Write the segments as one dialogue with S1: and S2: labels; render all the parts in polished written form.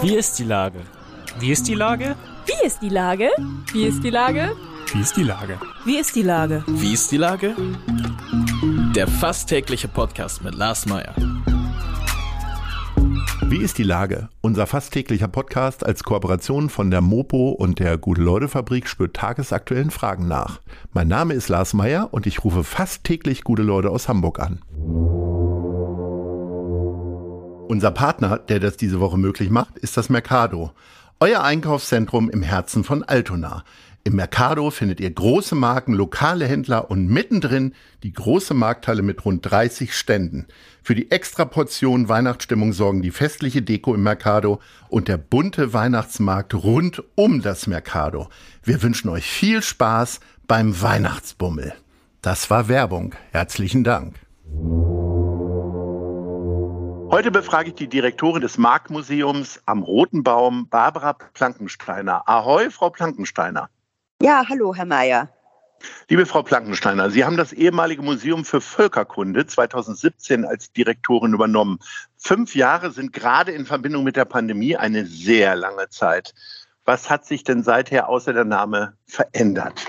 S1: Wie ist die Lage? Wie ist die Lage?
S2: Wie ist die Lage? Wie ist die Lage?
S1: Wie ist die Lage?
S2: Wie ist die Lage?
S3: Wie ist die Lage? Der fast tägliche Podcast mit Lars Meyer.
S4: Wie ist die Lage? Unser fast täglicher Podcast als Kooperation von der Mopo und der Gute-Leute-Fabrik spürt tagesaktuellen Fragen nach. Mein Name ist Lars Meyer und ich rufe fast täglich gute Leute aus Hamburg an. Unser Partner, der das diese Woche möglich macht, ist das Mercado. Euer Einkaufszentrum im Herzen von Altona. Im Mercado findet ihr große Marken, lokale Händler und mittendrin die große Markthalle mit rund 30 Ständen. Für die Extraportion Weihnachtsstimmung sorgen die festliche Deko im Mercado und der bunte Weihnachtsmarkt rund um das Mercado. Wir wünschen euch viel Spaß beim Weihnachtsbummel. Das war Werbung. Herzlichen Dank. Heute befrage ich die Direktorin des Marktmuseums am Roten Baum, Barbara Plankensteiner. Ahoi, Frau Plankensteiner.
S5: Ja, hallo, Herr Meyer.
S4: Liebe Frau Plankensteiner, Sie haben das ehemalige Museum für Völkerkunde 2017 als Direktorin übernommen. 5 Jahre sind gerade in Verbindung mit der Pandemie eine sehr lange Zeit. Was hat sich denn seither außer der Name verändert?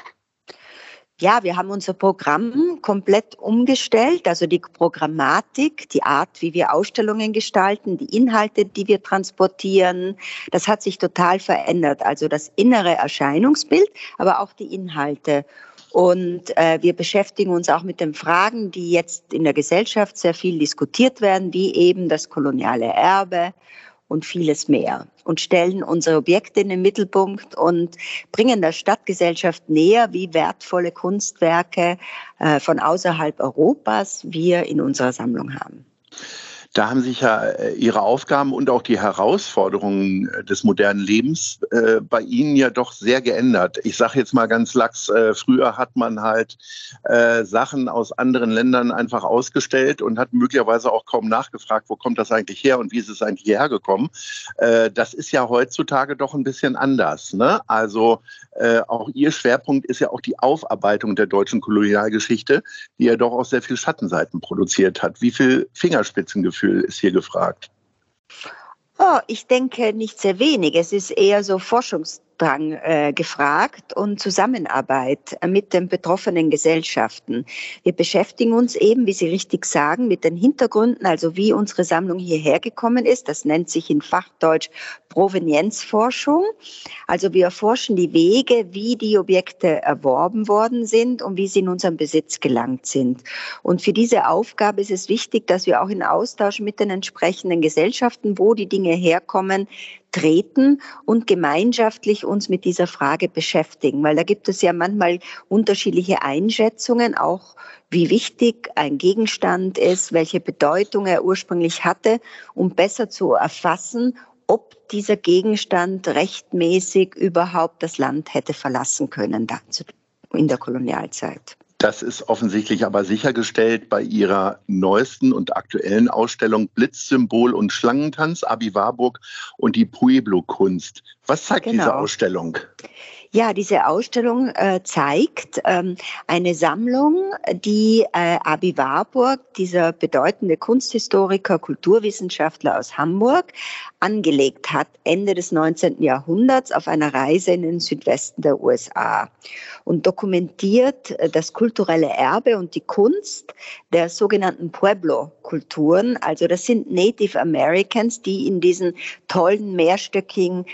S5: Ja, wir haben unser Programm komplett umgestellt, also die Programmatik, die Art, wie wir Ausstellungen gestalten, die Inhalte, die wir transportieren, das hat sich total verändert. Also das innere Erscheinungsbild, aber auch die Inhalte. Und wir beschäftigen uns auch mit den Fragen, die jetzt in der Gesellschaft sehr viel diskutiert werden, wie eben das koloniale Erbe und vieles mehr. Und stellen unsere Objekte in den Mittelpunkt und bringen der Stadtgesellschaft näher, wie wertvolle Kunstwerke von außerhalb Europas wir in unserer Sammlung haben.
S4: Da haben sich ja Ihre Aufgaben und auch die Herausforderungen des modernen Lebens bei Ihnen ja doch sehr geändert. Ich sage jetzt mal ganz lax, früher hat man halt Sachen aus anderen Ländern einfach ausgestellt und hat möglicherweise auch kaum nachgefragt, wo kommt das eigentlich her und wie ist es eigentlich hierher gekommen. Das ist ja heutzutage doch ein bisschen anders, ne? Also auch Ihr Schwerpunkt ist ja auch die Aufarbeitung der deutschen Kolonialgeschichte, die ja doch auch sehr viel Schattenseiten produziert hat. Wie viel Fingerspitzengefühl ist hier gefragt?
S5: Oh, ich denke nicht sehr wenig. Es ist eher so Forschungsdrang gefragt und Zusammenarbeit mit den betroffenen Gesellschaften. Wir beschäftigen uns eben, wie Sie richtig sagen, mit den Hintergründen, also wie unsere Sammlung hierher gekommen ist. Das nennt sich in Fachdeutsch Provenienzforschung. Also wir erforschen die Wege, wie die Objekte erworben worden sind und wie sie in unseren Besitz gelangt sind. Und für diese Aufgabe ist es wichtig, dass wir auch in Austausch mit den entsprechenden Gesellschaften, wo die Dinge herkommen, treten und gemeinschaftlich uns mit dieser Frage beschäftigen. Weil da gibt es ja manchmal unterschiedliche Einschätzungen, auch wie wichtig ein Gegenstand ist, welche Bedeutung er ursprünglich hatte, um besser zu erfassen, ob dieser Gegenstand rechtmäßig überhaupt das Land hätte verlassen können in der Kolonialzeit.
S4: Das ist offensichtlich aber sichergestellt bei Ihrer neuesten und aktuellen Ausstellung Blitzsymbol und Schlangentanz, Abi Warburg und die Pueblo-Kunst. Was zeigt diese Ausstellung?
S5: Ja, diese Ausstellung zeigt eine Sammlung, die Abi Warburg, dieser bedeutende Kunsthistoriker, Kulturwissenschaftler aus Hamburg, angelegt hat, Ende des 19. Jahrhunderts auf einer Reise in den Südwesten der USA und dokumentiert das kulturelle Erbe und die Kunst der sogenannten Pueblo-Kulturen. Also das sind Native Americans, die in diesen tollen mehrstöckigen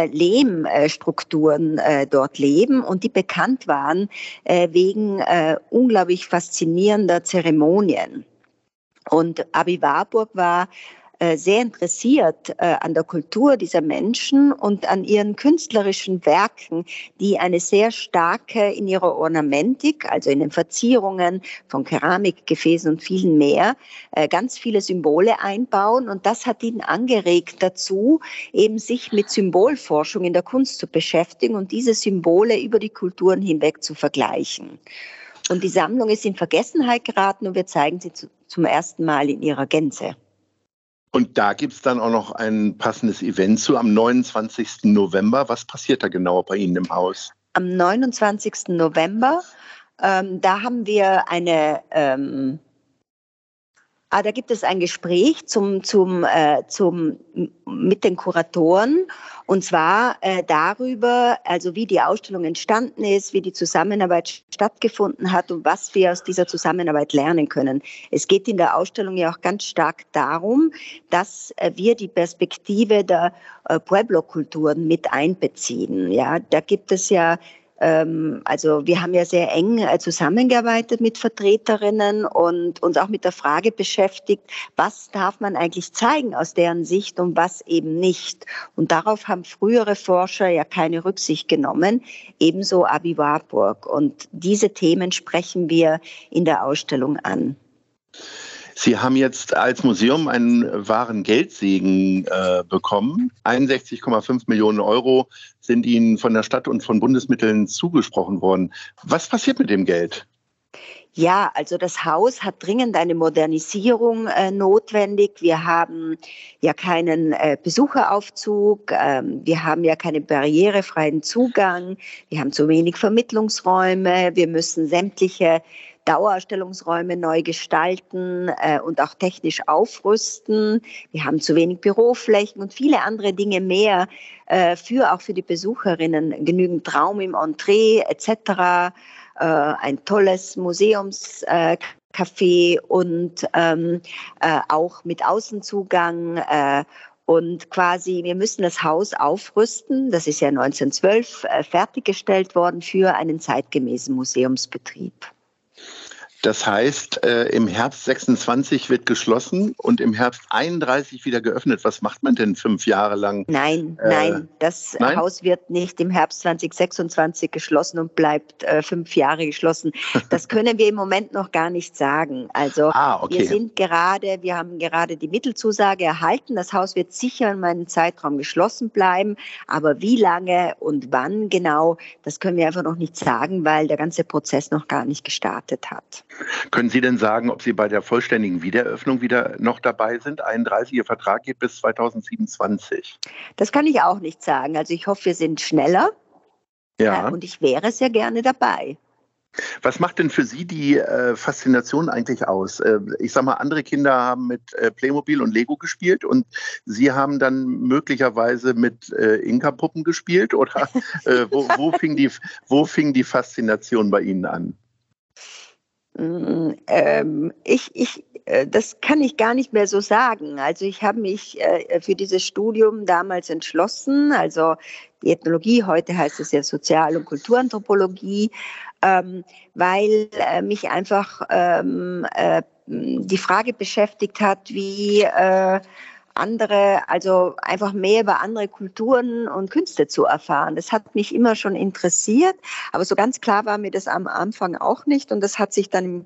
S5: Lehmstrukturen dort leben und die bekannt waren wegen unglaublich faszinierender Zeremonien. Und Abi Warburg war sehr interessiert an der Kultur dieser Menschen und an ihren künstlerischen Werken, die eine sehr starke in ihrer Ornamentik, also in den Verzierungen von Keramikgefäßen und vielen mehr, ganz viele Symbole einbauen. Und das hat ihn angeregt dazu, eben sich mit Symbolforschung in der Kunst zu beschäftigen und diese Symbole über die Kulturen hinweg zu vergleichen. Und die Sammlung ist in Vergessenheit geraten und wir zeigen sie zum ersten Mal in ihrer Gänze.
S4: Und da gibt es dann auch noch ein passendes Event zu am 29. November. Was passiert da genau bei Ihnen im Haus?
S5: Am 29. November, da haben wir eine Da gibt es ein Gespräch mit den Kuratoren, und zwar darüber, also wie die Ausstellung entstanden ist, wie die Zusammenarbeit stattgefunden hat und was wir aus dieser Zusammenarbeit lernen können. Es geht in der Ausstellung ja auch ganz stark darum, dass wir die Perspektive der Pueblo-Kulturen mit einbeziehen. Ja, da gibt es ja also wir haben ja sehr eng zusammengearbeitet mit Vertreterinnen und uns auch mit der Frage beschäftigt, was darf man eigentlich zeigen aus deren Sicht und was eben nicht. Und darauf haben frühere Forscher ja keine Rücksicht genommen, ebenso Abi Warburg. Und diese Themen sprechen wir in der Ausstellung an.
S4: Sie haben jetzt als Museum einen wahren Geldsegen bekommen. 61,5 Millionen Euro sind Ihnen von der Stadt und von Bundesmitteln zugesprochen worden. Was passiert mit dem Geld?
S5: Ja, also das Haus hat dringend eine Modernisierung notwendig. Wir haben ja keinen Besucheraufzug, wir haben ja keinen barrierefreien Zugang, wir haben zu wenig Vermittlungsräume, wir müssen sämtliche Dauerausstellungsräume neu gestalten und auch technisch aufrüsten. Wir haben zu wenig Büroflächen und viele andere Dinge mehr auch für die Besucherinnen, genügend Raum im Entree etc., ein tolles Museumscafé und auch mit Außenzugang. Und quasi, wir müssen das Haus aufrüsten. Das ist ja 1912 fertiggestellt worden für einen zeitgemäßen Museumsbetrieb.
S4: Das heißt, im Herbst 26 wird geschlossen und im Herbst 31 wieder geöffnet. Was macht man denn 5 Jahre lang?
S5: Nein, das
S4: nein?
S5: Haus wird nicht im Herbst 2026 geschlossen und bleibt 5 Jahre geschlossen. Das können wir im Moment noch gar nicht sagen. Also
S4: okay.
S5: Wir haben gerade die Mittelzusage erhalten. Das Haus wird sicher in einem Zeitraum geschlossen bleiben. Aber wie lange und wann genau, das können wir einfach noch nicht sagen, weil der ganze Prozess noch gar nicht gestartet hat.
S4: Können Sie denn sagen, ob Sie bei der vollständigen Wiedereröffnung wieder noch dabei sind? 31, Ihr Vertrag geht bis 2027.
S5: Das kann ich auch nicht sagen. Also ich hoffe, wir sind schneller.
S4: Ja.
S5: Und ich wäre sehr gerne dabei.
S4: Was macht denn für Sie die Faszination eigentlich aus? Ich sag mal, andere Kinder haben mit Playmobil und Lego gespielt und Sie haben dann möglicherweise mit Inka-Puppen gespielt? Oder wo fing die Faszination bei Ihnen an?
S5: Das kann ich gar nicht mehr so sagen. Also ich habe mich für dieses Studium damals entschlossen, also die Ethnologie, heute heißt es ja Sozial- und Kulturanthropologie, weil mich einfach die Frage beschäftigt hat, wie also einfach mehr über andere Kulturen und Künste zu erfahren. Das hat mich immer schon interessiert, aber so ganz klar war mir das am Anfang auch nicht und das hat sich dann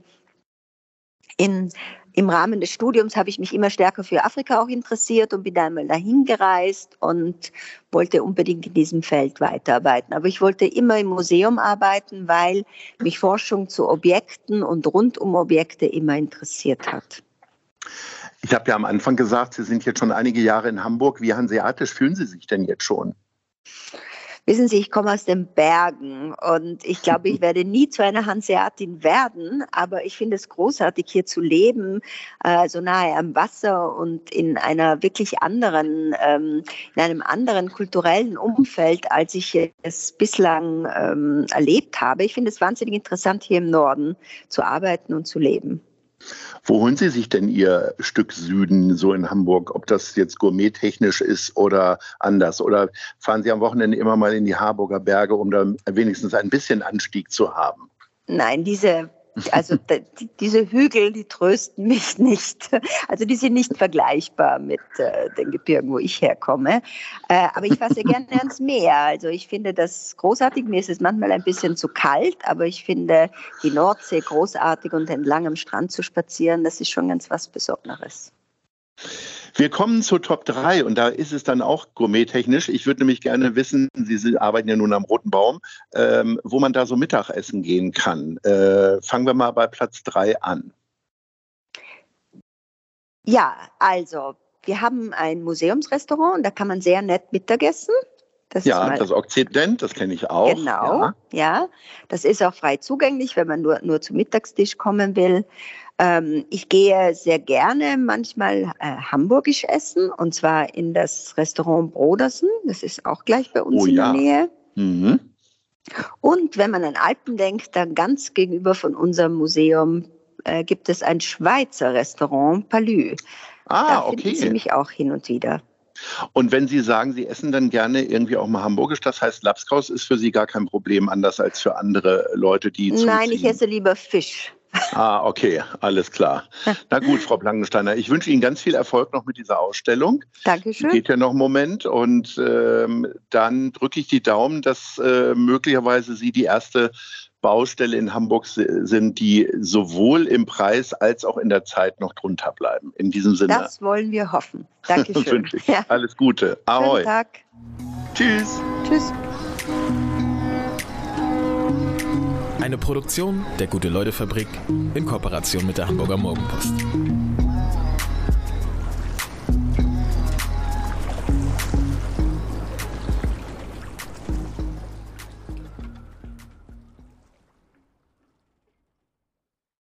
S5: im Rahmen des Studiums habe ich mich immer stärker für Afrika auch interessiert und bin dann mal dahin gereist und wollte unbedingt in diesem Feld weiterarbeiten. Aber ich wollte immer im Museum arbeiten, weil mich Forschung zu Objekten und rund um Objekte immer interessiert hat.
S4: Ich habe ja am Anfang gesagt, Sie sind jetzt schon einige Jahre in Hamburg. Wie hanseatisch fühlen Sie sich denn jetzt schon?
S5: Wissen Sie, ich komme aus den Bergen und ich glaube, ich werde nie zu einer Hanseatin werden, aber ich finde es großartig, hier zu leben, so nahe am Wasser und in einer wirklich anderen, in einem anderen kulturellen Umfeld, als ich es bislang erlebt habe. Ich finde es wahnsinnig interessant, hier im Norden zu arbeiten und zu leben.
S4: Wo holen Sie sich denn Ihr Stück Süden so in Hamburg? Ob das jetzt gourmettechnisch ist oder anders? Oder fahren Sie am Wochenende immer mal in die Harburger Berge, um da wenigstens ein bisschen Anstieg zu haben?
S5: Nein, diese Hügel, die trösten mich nicht. Also die sind nicht vergleichbar mit den Gebirgen, wo ich herkomme. Aber ich fahre sehr gerne ans Meer. Also ich finde das großartig. Mir ist es manchmal ein bisschen zu kalt, aber ich finde die Nordsee großartig und entlang am Strand zu spazieren, das ist schon ganz was Besonderes.
S4: Wir kommen zur Top 3 und da ist es dann auch gourmettechnisch. Ich würde nämlich gerne wissen, Sie arbeiten ja nun am Roten Baum, wo man da so Mittagessen gehen kann. Fangen wir mal bei Platz 3 an. Ja,
S5: also wir haben ein Museumsrestaurant und da kann man sehr nett Mittagessen. Das
S4: Ja,
S5: ist mal
S4: das Okzident, das kenne ich auch.
S5: genau, ja. Das ist auch frei zugänglich, wenn man nur zum Mittagstisch kommen will. Ich gehe sehr gerne manchmal hamburgisch essen, und zwar in das Restaurant Brodersen. Das ist auch gleich bei uns in der Nähe.
S4: Mhm.
S5: Und wenn man an Alpen denkt, dann ganz gegenüber von unserem Museum gibt es ein Schweizer Restaurant, Palü. Da finden Sie mich auch hin und wieder.
S4: Und wenn Sie sagen, Sie essen dann gerne irgendwie auch mal hamburgisch, das heißt, Labskaus ist für Sie gar kein Problem, anders als für andere Leute, die zuziehen?
S5: Nein, ich esse lieber Fisch.
S4: Okay, alles klar. Na gut, Frau Blankensteiner, ich wünsche Ihnen ganz viel Erfolg noch mit dieser Ausstellung.
S5: Dankeschön.
S4: Geht ja noch einen Moment, und dann drücke ich die Daumen, dass möglicherweise Sie die erste Baustelle in Hamburg sind, die sowohl im Preis als auch in der Zeit noch drunter bleiben. In diesem Sinne.
S5: Das wollen wir hoffen. Dankeschön.
S4: Wünsche ich. Ja. Alles Gute. Ahoi.
S5: Schönen Tag.
S4: Tschüss.
S5: Tschüss.
S3: Eine Produktion der Gute-Leute-Fabrik in Kooperation mit der Hamburger Morgenpost.